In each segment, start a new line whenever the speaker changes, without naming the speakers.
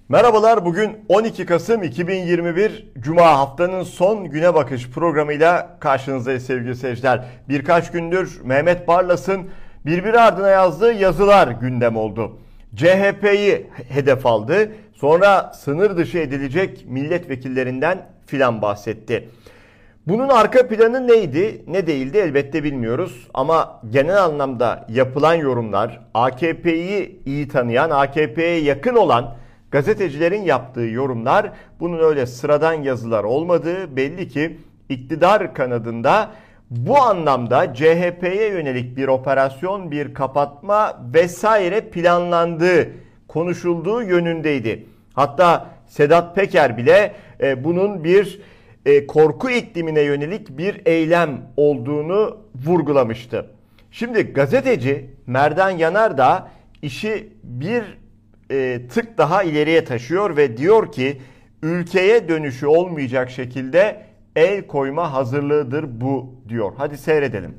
Merhabalar, bugün 12 Kasım 2021 Cuma, haftanın son güne bakış programıyla karşınızdayız sevgili seyirciler. Birkaç gündür Mehmet Barlas'ın birbiri ardına yazdığı yazılar gündem oldu. CHP'yi hedef aldı, sonra sınır dışı edilecek milletvekillerinden filan bahsetti. Bunun arka planı neydi, ne değildi elbette bilmiyoruz. Ama genel anlamda yapılan yorumlar, AKP'yi iyi tanıyan, AKP'ye yakın olan gazetecilerin yaptığı yorumlar, bunun öyle sıradan yazılar olmadığı belli ki iktidar kanadında bu anlamda CHP'ye yönelik bir operasyon, bir kapatma vesaire planlandığı, konuşulduğu yönündeydi. Hatta Sedat Peker bile bunun bir korku iklimine yönelik bir eylem olduğunu vurgulamıştı. Şimdi gazeteci Merdan Yanardağ işi bir tık daha ileriye taşıyor ve diyor ki ülkeye dönüşü olmayacak şekilde el koyma hazırlığıdır bu diyor. Hadi seyredelim.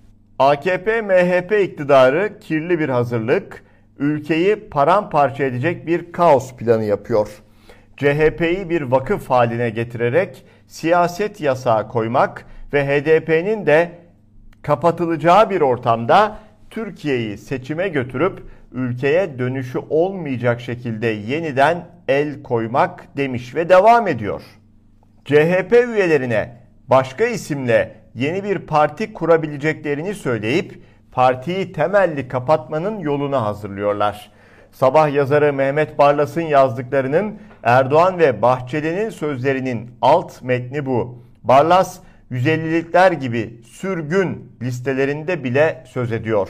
AKP-MHP iktidarı kirli bir hazırlık, ülkeyi paramparça edecek bir kaos planı yapıyor. CHP'yi bir vakıf haline getirerek siyaset yasağı koymak ve HDP'nin de kapatılacağı bir ortamda Türkiye'yi seçime götürüp ülkeye dönüşü olmayacak şekilde yeniden el koymak demiş ve devam ediyor. CHP üyelerine başka isimle yeni bir parti kurabileceklerini söyleyip partiyi temelli kapatmanın yolunu hazırlıyorlar. Sabah yazarı Mehmet Barlas'ın yazdıklarının, Erdoğan ve Bahçeli'nin sözlerinin alt metni bu. Barlas 150'likler gibi sürgün listelerinde bile söz ediyor.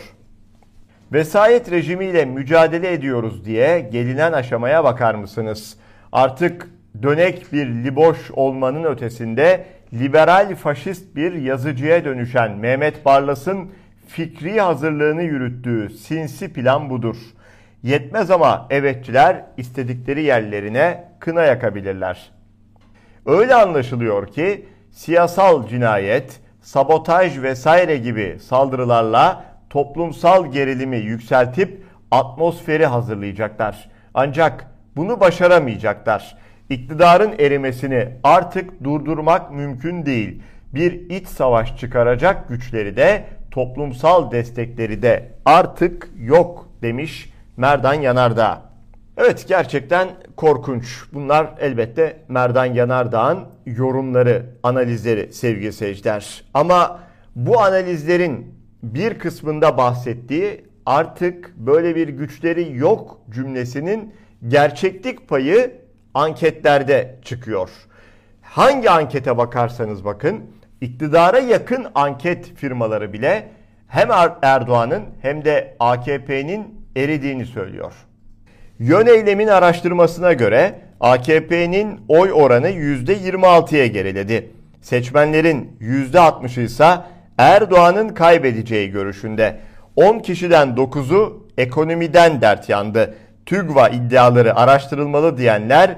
Vesayet rejimiyle mücadele ediyoruz diye gelinen aşamaya bakar mısınız? Artık dönek bir liboş olmanın ötesinde liberal faşist bir yazıcıya dönüşen Mehmet Barlas'ın fikri hazırlığını yürüttüğü sinsi plan budur. Yetmez ama evetçiler istedikleri yerlerine kına yakabilirler. Öyle anlaşılıyor ki siyasal cinayet, sabotaj vesaire gibi saldırılarla toplumsal gerilimi yükseltip atmosferi hazırlayacaklar. Ancak bunu başaramayacaklar. İktidarın erimesini artık durdurmak mümkün değil. Bir iç savaş çıkaracak güçleri de toplumsal destekleri de artık yok demiş Merdan Yanardağ. Evet, gerçekten korkunç. Bunlar elbette Merdan Yanardağ'ın yorumları, analizleri sevgili seyirciler. Ama bu analizlerin bir kısmında bahsettiği artık böyle bir güçleri yok cümlesinin gerçeklik payı anketlerde çıkıyor. Hangi ankete bakarsanız bakın, iktidara yakın anket firmaları bile hem Erdoğan'ın hem de AKP'nin eridiğini söylüyor. Yöneylem'in araştırmasına göre AKP'nin oy oranı %26'ya geriledi. Seçmenlerin %60'ı ise Erdoğan'ın kaybedeceği görüşünde. 10 kişiden 9'u ekonomiden dert yandı. TÜGVA iddiaları araştırılmalı diyenler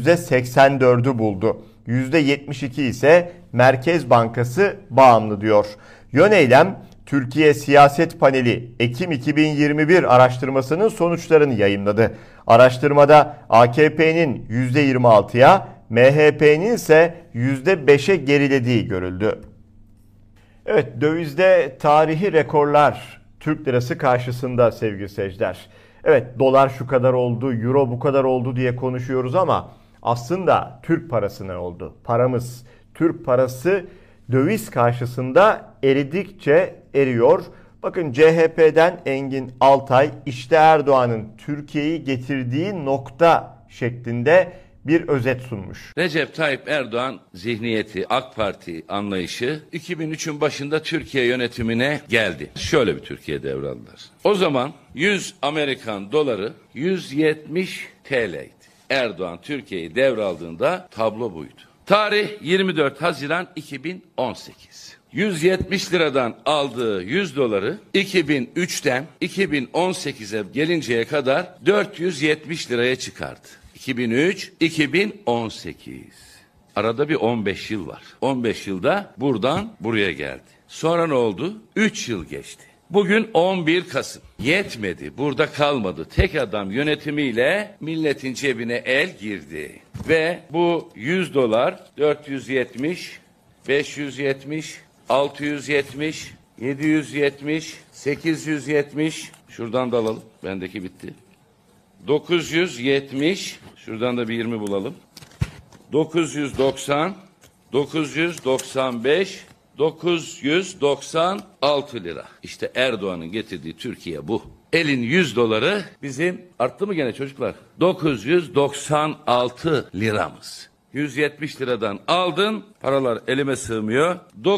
%84'ü buldu. %72 ise Merkez Bankası bağımlı diyor. Yöneylem, Türkiye Siyaset Paneli Ekim 2021 araştırmasının sonuçlarını yayımladı. Araştırmada AKP'nin %26'ya, MHP'nin ise %5'e gerilediği görüldü. Evet, dövizde tarihi rekorlar Türk lirası karşısında sevgili seyirciler. Evet, dolar şu kadar oldu, euro bu kadar oldu diye konuşuyoruz ama aslında Türk parası ne oldu? Paramız, Türk parası döviz karşısında eridikçe eriyor. Bakın, CHP'den Engin Altay işte Erdoğan'ın Türkiye'yi getirdiği nokta şeklinde bir özet sunmuş.
Recep Tayyip Erdoğan zihniyeti, AK Parti anlayışı 2003'ün başında Türkiye yönetimine geldi. Şöyle bir Türkiye devraldılar. O zaman 100 Amerikan doları 170 TL'ydi. Erdoğan Türkiye'yi devraldığında tablo buydu. Tarih 24 Haziran 2018. 170 liradan aldığı 100 doları 2003'ten 2018'e gelinceye kadar 470 liraya çıkardı. 2003-2018. Arada bir 15 yıl var. 15 yılda buradan buraya geldi. Sonra ne oldu? 3 yıl geçti. Bugün 11 Kasım. Yetmedi, burada kalmadı. Tek adam yönetimiyle milletin cebine el girdi. Ve bu 100 dolar 470, 570, 670, 770, 870. Şuradan da alalım. Bendeki bitti. 970. Şuradan da bir 20 bulalım. 990, 995, 996 lira. İşte Erdoğan'ın getirdiği Türkiye bu. Elin 100 doları bizim arttı mı gene çocuklar? 996 liramız. 170 liradan aldın, paralar elime sığmıyor.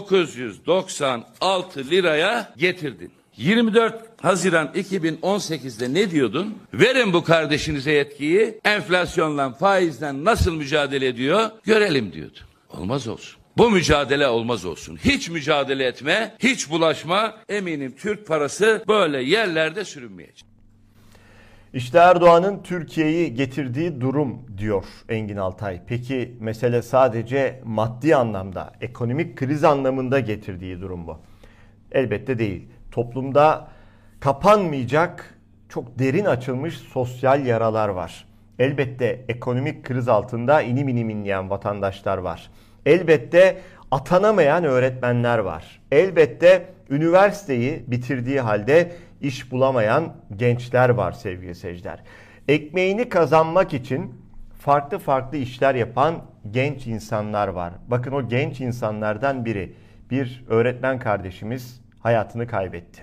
996 liraya getirdin. 24 Haziran 2018'de ne diyordun? Verin bu kardeşinize yetkiyi, enflasyonla, faizle nasıl mücadele ediyor görelim diyordun. Olmaz olsun. Bu mücadele olmaz olsun. Hiç mücadele etme, hiç bulaşma. Eminim Türk parası böyle yerlerde sürünmeyecek.
İşte Erdoğan'ın Türkiye'yi getirdiği durum diyor Engin Altay. Peki mesele sadece maddi anlamda, ekonomik kriz anlamında getirdiği durum bu? Elbette değil. Toplumda kapanmayacak, çok derin açılmış sosyal yaralar var. Elbette ekonomik kriz altında inim inim inleyen vatandaşlar var. Elbette atanamayan öğretmenler var. Elbette üniversiteyi bitirdiği halde iş bulamayan gençler var sevgili seyirciler. Ekmeğini kazanmak için farklı farklı işler yapan genç insanlar var. Bakın o genç insanlardan biri, bir öğretmen kardeşimiz hayatını kaybetti.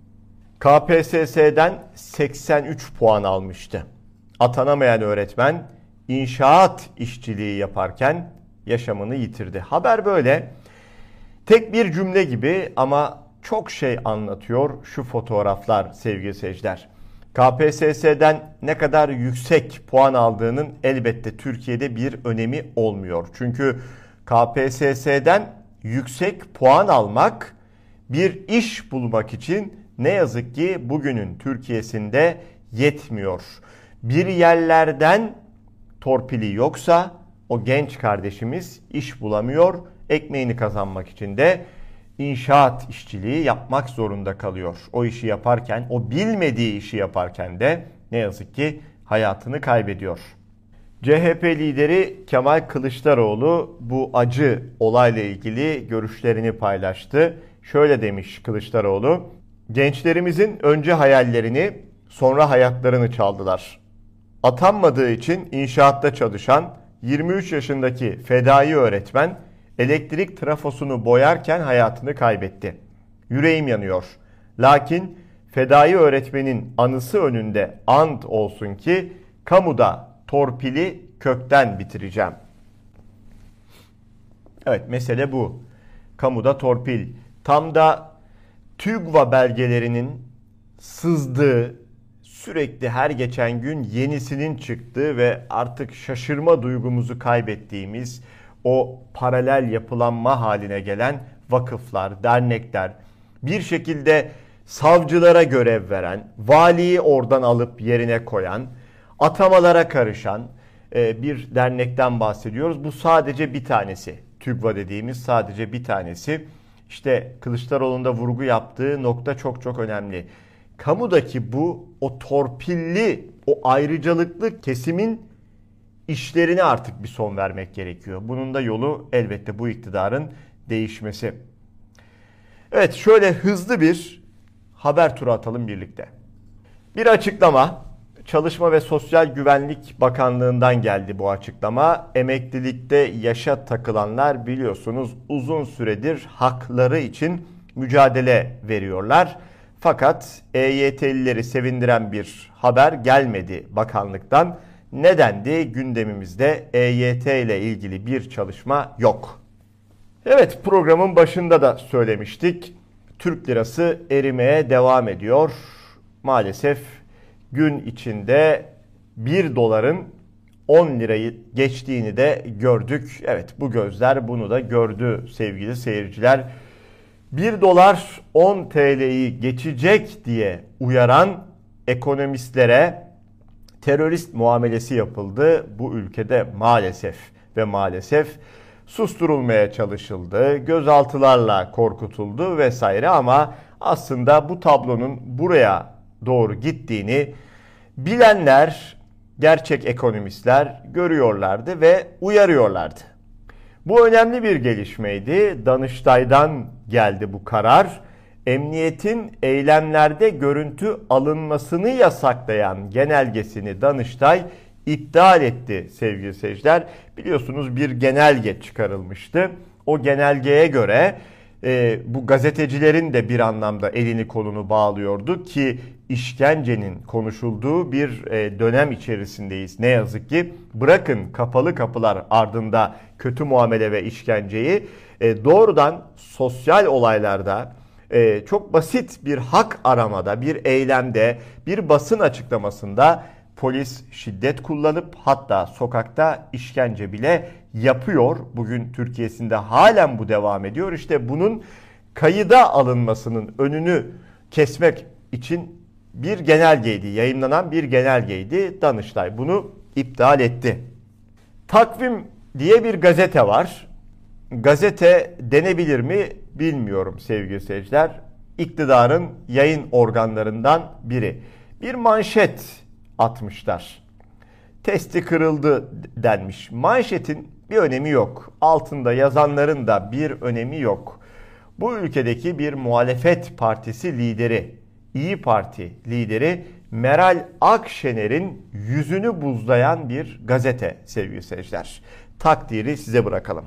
KPSS'den 83 puan almıştı. Atanamayan öğretmen inşaat işçiliği yaparken yaşamını yitirdi. Haber böyle. Tek bir cümle gibi ama çok şey anlatıyor şu fotoğraflar sevgili seyirciler. KPSS'den ne kadar yüksek puan aldığının elbette Türkiye'de bir önemi olmuyor. Çünkü KPSS'den yüksek puan almak bir iş bulmak için ne yazık ki bugünün Türkiye'sinde yetmiyor. Bir yerlerden torpili yoksa o genç kardeşimiz iş bulamıyor. Ekmeğini kazanmak için de inşaat işçiliği yapmak zorunda kalıyor. O işi yaparken, o bilmediği işi yaparken de ne yazık ki hayatını kaybediyor. CHP lideri Kemal Kılıçdaroğlu bu acı olayla ilgili görüşlerini paylaştı. Şöyle demiş Kılıçdaroğlu: gençlerimizin önce hayallerini, sonra hayatlarını çaldılar. Atanmadığı için inşaatta çalışan 23 yaşındaki fedai öğretmen elektrik trafosunu boyarken hayatını kaybetti. Yüreğim yanıyor. Lakin fedai öğretmenin anısı önünde ant olsun ki kamuda torpili kökten bitireceğim. Evet, mesele bu. Kamuda torpil. Tam da TÜGVA belgelerinin sızdığı, sürekli her geçen gün yenisinin çıktığı ve artık şaşırma duygumuzu kaybettiğimiz o paralel yapılanma haline gelen vakıflar, dernekler, bir şekilde savcılara görev veren, valiyi oradan alıp yerine koyan, atamalara karışan bir dernekten bahsediyoruz. Bu sadece bir tanesi. TÜGVA dediğimiz sadece bir tanesi. İşte Kılıçdaroğlu'nun da vurgu yaptığı nokta çok çok önemli. Kamudaki o torpilli, o ayrıcalıklı kesimin işlerine artık bir son vermek gerekiyor. Bunun da yolu elbette bu iktidarın değişmesi. Evet, şöyle hızlı bir haber turu atalım birlikte. Bir açıklama, Çalışma ve Sosyal Güvenlik Bakanlığı'ndan geldi bu açıklama. Emeklilikte yaşa takılanlar biliyorsunuz uzun süredir hakları için mücadele veriyorlar. Fakat EYT'lileri sevindiren bir haber gelmedi bakanlıktan. Nedendi? Gündemimizde EYT ile ilgili bir çalışma yok. Evet, programın başında da söylemiştik. Türk lirası erimeye devam ediyor. Maalesef gün içinde 1 doların 10 lirayı geçtiğini de gördük. Evet, bu gözler bunu da gördü sevgili seyirciler. 1 dolar 10 TL'yi geçecek diye uyaran ekonomistlere terörist muamelesi yapıldı bu ülkede maalesef ve maalesef. susturulmaya çalışıldı, gözaltılarla korkutuldu vesaire ama aslında bu tablonun buraya doğru gittiğini bilenler, gerçek ekonomistler görüyorlardı ve uyarıyorlardı. Bu önemli bir gelişmeydi. Danıştay'dan geldi bu karar. Emniyetin eylemlerde görüntü alınmasını yasaklayan genelgesini Danıştay iptal etti sevgili seyirciler. Biliyorsunuz bir genelge çıkarılmıştı. O genelgeye göre bu gazetecilerin de bir anlamda elini kolunu bağlıyordu ki işkencenin konuşulduğu bir dönem içerisindeyiz. Ne yazık ki bırakın kapalı kapılar ardında kötü muamele ve işkenceyi doğrudan sosyal olaylarda çok basit bir hak aramada, bir eylemde, bir basın açıklamasında polis şiddet kullanıp hatta sokakta işkence bile yapıyor. Bugün Türkiye'sinde halen bu devam ediyor. İşte bunun kayıda alınmasının önünü kesmek için bir genelgeydi, yayımlanan bir genelgeydi. Danıştay bunu iptal etti. Takvim diye bir gazete var. Gazete denebilir mi bilmiyorum sevgili seyirciler. İktidarın yayın organlarından biri. Bir manşet atmışlar. Testi kırıldı denmiş. Manşetin bir önemi yok. Altında yazanların da bir önemi yok. Bu ülkedeki bir muhalefet partisi lideri, İyi Parti lideri Meral Akşener'in yüzünü buzlayan bir gazete sevgili seyirciler. Takdiri size bırakalım.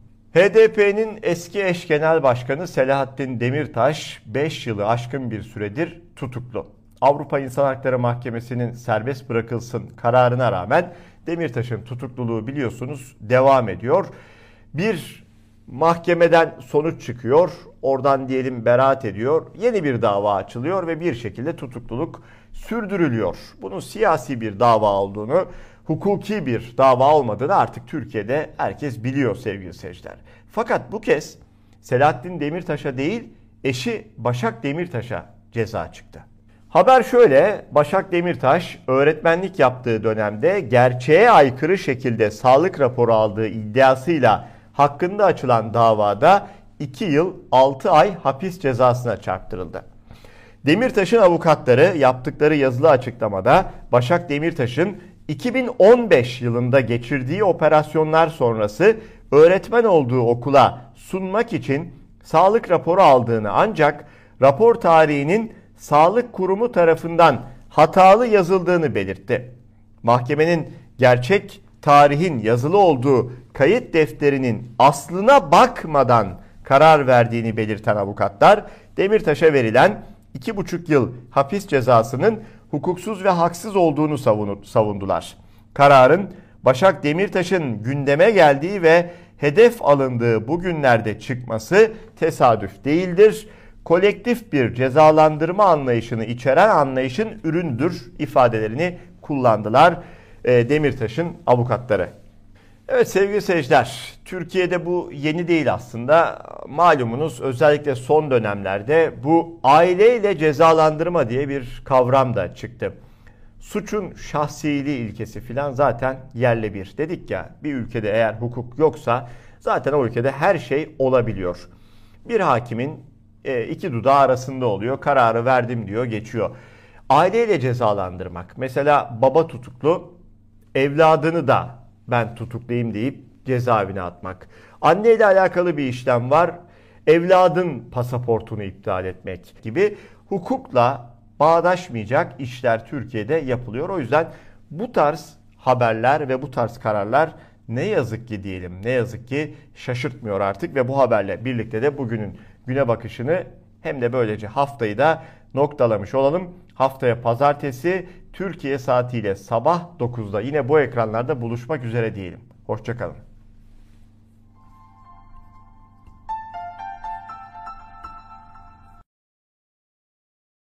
HDP'nin eski eş genel başkanı Selahattin Demirtaş 5 yılı aşkın bir süredir tutuklu. Avrupa İnsan Hakları Mahkemesi'nin serbest bırakılsın kararına rağmen Demirtaş'ın tutukluluğu biliyorsunuz devam ediyor. Bir mahkemeden sonuç çıkıyor, oradan diyelim beraat ediyor, yeni bir dava açılıyor ve bir şekilde tutukluluk sürdürülüyor. Bunun siyasi bir dava olduğunu, hukuki bir dava olmadığını artık Türkiye'de herkes biliyor sevgili seyirciler. Fakat bu kez Selahattin Demirtaş'a değil, eşi Başak Demirtaş'a ceza çıktı. Haber şöyle, Başak Demirtaş öğretmenlik yaptığı dönemde gerçeğe aykırı şekilde sağlık raporu aldığı iddiasıyla hakkında açılan davada 2 yıl 6 ay hapis cezasına çarptırıldı. Demirtaş'ın avukatları yaptıkları yazılı açıklamada Başak Demirtaş'ın 2015 yılında geçirdiği operasyonlar sonrası öğretmen olduğu okula sunmak için sağlık raporu aldığını ancak rapor tarihinin sağlık kurumu tarafından hatalı yazıldığını belirtti. Mahkemenin gerçek tarihin yazılı olduğu kayıt defterinin aslına bakmadan karar verdiğini belirten avukatlar, Demirtaş'a verilen 2,5 yıl hapis cezasının hukuksuz ve haksız olduğunu savundular. Kararın Başak Demirtaş'ın gündeme geldiği ve hedef alındığı bu günlerde çıkması tesadüf değildir. Kolektif bir cezalandırma anlayışını içeren anlayışın ürünüdür ifadelerini kullandılar Demirtaş'ın avukatları. Evet sevgili seyirciler, Türkiye'de bu yeni değil aslında. Malumunuz özellikle son dönemlerde bu aileyle cezalandırma diye bir kavram da çıktı. Suçun şahsiliği ilkesi filan zaten yerle bir. Dedik ya, bir ülkede eğer hukuk yoksa zaten o ülkede her şey olabiliyor. Bir hakimin iki dudağı arasında oluyor, kararı verdim diyor, geçiyor. Aileyle cezalandırmak, mesela baba tutuklu, evladını da ben tutuklayayım deyip cezaevine atmak. Anneyle alakalı bir işlem var, evladın pasaportunu iptal etmek gibi hukukla bağdaşmayacak işler Türkiye'de yapılıyor. O yüzden bu tarz haberler ve bu tarz kararlar ne yazık ki diyelim, ne yazık ki şaşırtmıyor artık ve bu haberle birlikte de bugünün güne bakışını hem de böylece haftayı da noktalamış olalım. Haftaya pazartesi Türkiye saatiyle sabah 9'da yine bu ekranlarda buluşmak üzere diyelim. Hoşça kalın.